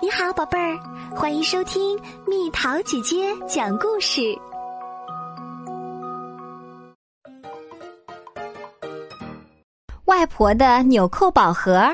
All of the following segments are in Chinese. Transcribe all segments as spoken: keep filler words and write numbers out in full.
你好，宝贝儿，欢迎收听蜜桃姐姐讲故事。 外婆的纽扣宝盒。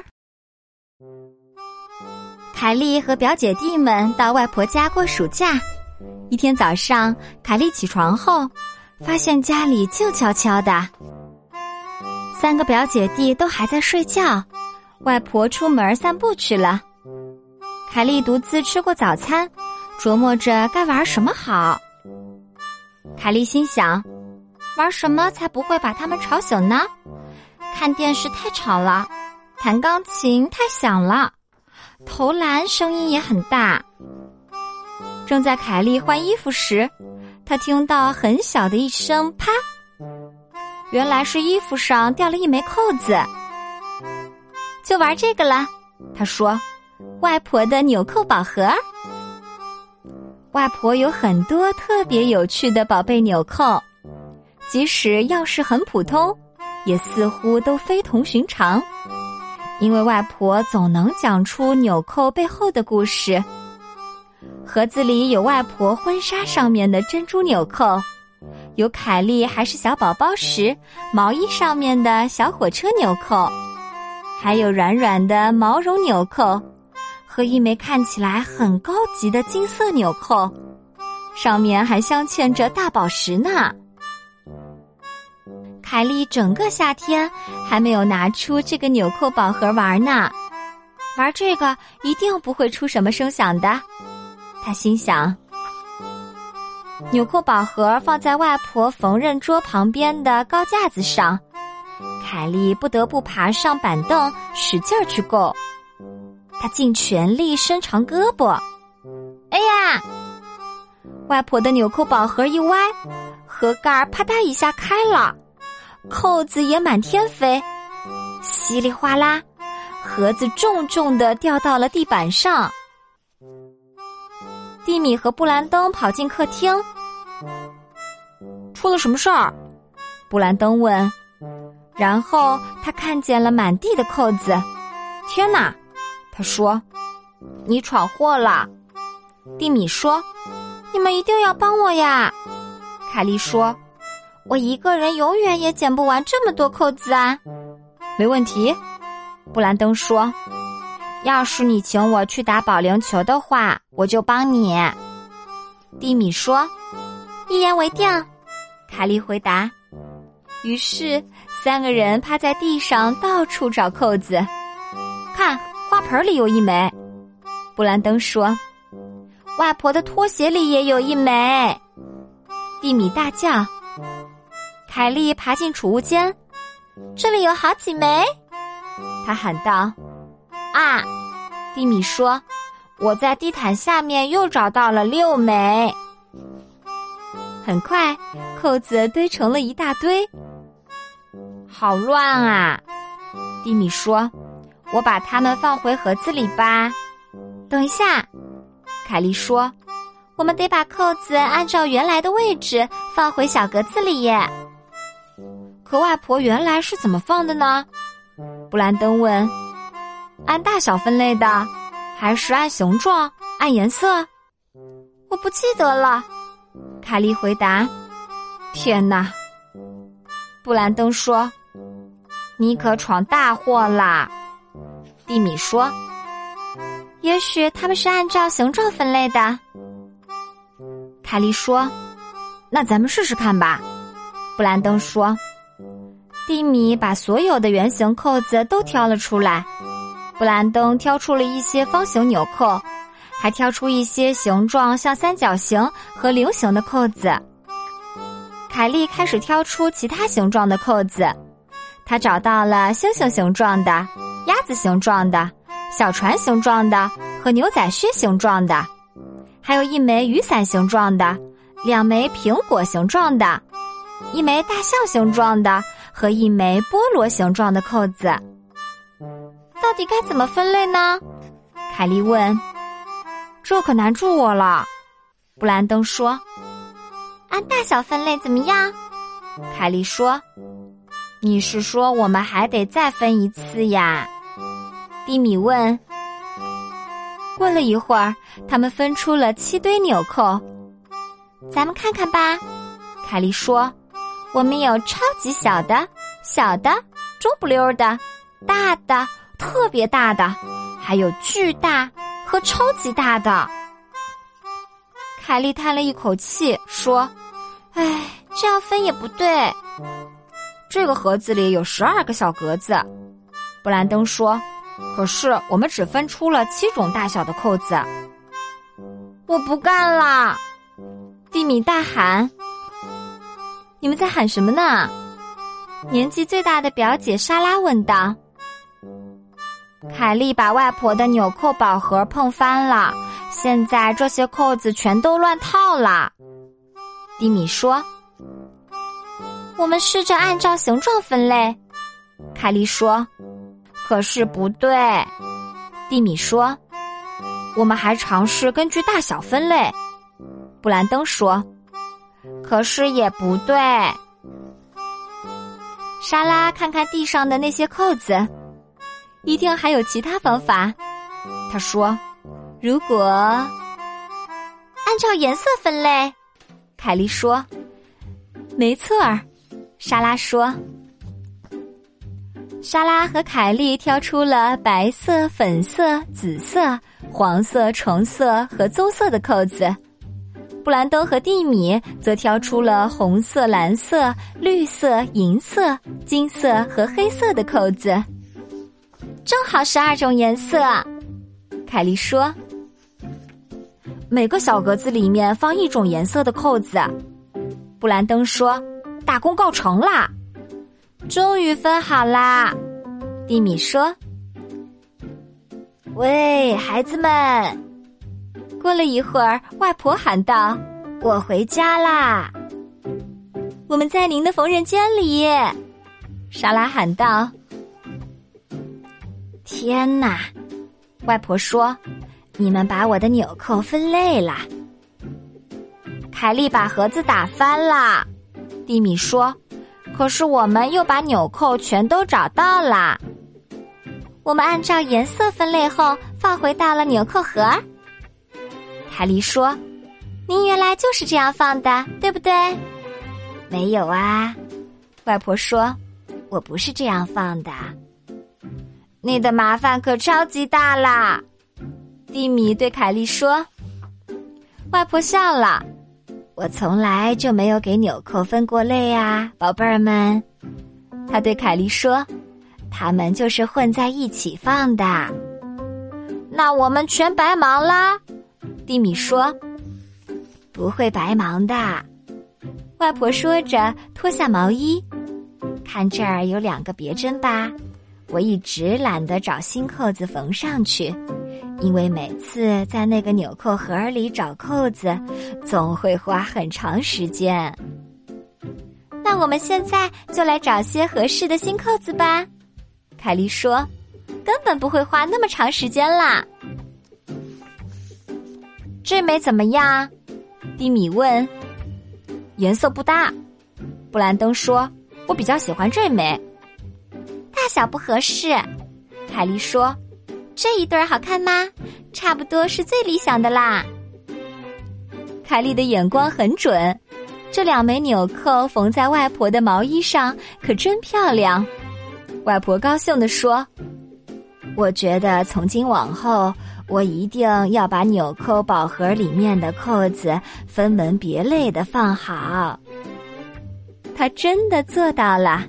凯莉和表姐弟们到外婆家过暑假。一天早上，凯莉起床后，发现家里静悄悄的。三个表姐弟都还在睡觉，外婆出门散步去了。凯莉独自吃过早餐，琢磨着该玩什么好。凯莉心想，玩什么才不会把他们吵醒呢？看电视太吵了，弹钢琴太响了，投篮声音也很大。正在凯莉换衣服时，她听到很小的一声啪，原来是衣服上掉了一枚扣子。就玩这个了，她说，外婆的纽扣宝盒。外婆有很多特别有趣的宝贝纽扣，即使样式很普通，也似乎都非同寻常，因为外婆总能讲出纽扣背后的故事。盒子里有外婆婚纱上面的珍珠纽扣，有凯莉还是小宝宝时毛衣上面的小火车纽扣，还有软软的毛绒纽扣和一枚看起来很高级的金色纽扣，上面还镶嵌着大宝石呢。凯莉整个夏天还没有拿出这个纽扣宝盒玩呢，玩这个一定不会出什么声响的。她心想，纽扣宝盒放在外婆缝纫桌旁边的高架子上，凯莉不得不爬上板凳使劲儿去够。她尽全力伸长胳膊，哎呀！外婆的纽扣宝盒一歪，盒盖啪嗒一下开了，扣子也满天飞，稀里哗啦，盒子重重地掉到了地板上。蒂米和布兰登跑进客厅。出了什么事儿？布兰登问。然后他看见了满地的扣子。天哪！他说，你闯祸了。蒂米说，你们一定要帮我呀。凯莉说，我一个人永远也捡不完这么多扣子啊。没问题，布兰登说，要是你请我去打保龄球的话，我就帮你。蒂米说，一言为定。凯莉回答。于是三个人趴在地上到处找扣子。看，花盆里有一枚。布兰登说，外婆的拖鞋里也有一枚。蒂米大叫。凯莉爬进储物间，这里有好几枚。她喊道，啊！蒂米说，我在地毯下面又找到了六枚。很快，扣子堆成了一大堆。好乱啊！蒂米说，我把它们放回盒子里吧。等一下，凯莉说，我们得把扣子按照原来的位置放回小格子里耶。可外婆原来是怎么放的呢？布兰登问。按大小分类的，还是按形状、按颜色？我不记得了。凯莉回答。天哪！布兰登说，你可闯大祸啦。蒂米说，也许他们是按照形状分类的。凯莉说，那咱们试试看吧。布兰登说。蒂米把所有的圆形扣子都挑了出来，布兰登挑出了一些方形纽扣，还挑出一些形状像三角形和菱形的扣子。凯莉开始挑出其他形状的扣子，她找到了星星形状的、鸭子形状的、小船形状的和牛仔靴形状的，还有一枚雨伞形状的，两枚苹果形状的，一枚大象形状的和一枚菠萝形状的扣子。到底该怎么分类呢？凯莉问。这可难住我了。布兰登说。按大小分类怎么样？凯莉说。你是说我们还得再分一次呀？蒂米问。 过了一会儿，他们分出了七堆纽扣。咱们看看吧，凯莉说，我们有超级小的、小的、中不溜的、大的、特别大的，还有巨大和超级大的。凯莉叹了一口气说，唉，这样分也不对。这个盒子里有十二个小格子，布兰登说，可是我们只分出了七种大小的扣子。我不干啦！蒂米大喊。你们在喊什么呢？年纪最大的表姐莎拉问道。凯莉把外婆的纽扣宝盒碰翻了，现在这些扣子全都乱套了。蒂米说，我们试着按照形状分类。凯莉说，可是不对。蒂米说，我们还尝试根据大小分类。布兰登说，可是也不对。莎拉看看地上的那些扣子，一定还有其他方法。她说，如果按照颜色分类。凯莉说，没错儿。莎拉说。莎拉和凯莉挑出了白色、粉色、紫色、黄色、橙色和棕色的扣子。布兰登和蒂米则挑出了红色、蓝色、绿色、银色、金色和黑色的扣子。正好十二种颜色，凯莉说。每个小格子里面放一种颜色的扣子。布兰登说，大功告成啦！终于分好啦！蒂米说。喂，孩子们！过了一会儿，外婆喊道，我回家啦。我们在您的缝纫间里。莎拉喊道。天哪！外婆说，你们把我的纽扣分类了。凯莉把盒子打翻了。蒂米说，可是我们又把纽扣全都找到了。我们按照颜色分类后放回到了纽扣盒。凯莉说，您原来就是这样放的，对不对？没有啊，外婆说，我不是这样放的。你的麻烦可超级大啦，蒂米对凯莉说。外婆笑了，我从来就没有给纽扣分过类啊，宝贝儿们。她对凯莉说，它们就是混在一起放的。那我们全白忙啦，蒂米说。不会白忙的，外婆说着脱下毛衣。看这儿有两个别针吧，我一直懒得找新扣子缝上去，因为每次在那个纽扣盒里找扣子总会花很长时间。那我们现在就来找些合适的新扣子吧，凯莉说，根本不会花那么长时间啦。这枚怎么样？蒂米问。颜色不搭，布兰登说，我比较喜欢这枚。大小不合适，凯莉说，这一对儿好看吗？差不多是最理想的啦。凯莉的眼光很准，这两枚纽扣缝在外婆的毛衣上可真漂亮。外婆高兴地说，我觉得从今往后我一定要把纽扣宝盒里面的扣子分门别类地放好。她真的做到了。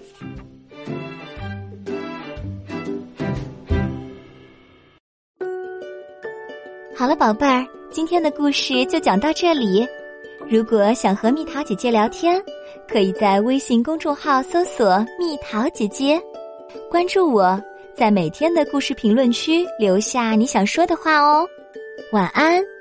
好了，宝贝儿，今天的故事就讲到这里。如果想和蜜桃姐姐聊天，可以在微信公众号搜索蜜桃姐姐，关注我，在每天的故事评论区留下你想说的话哦。晚安。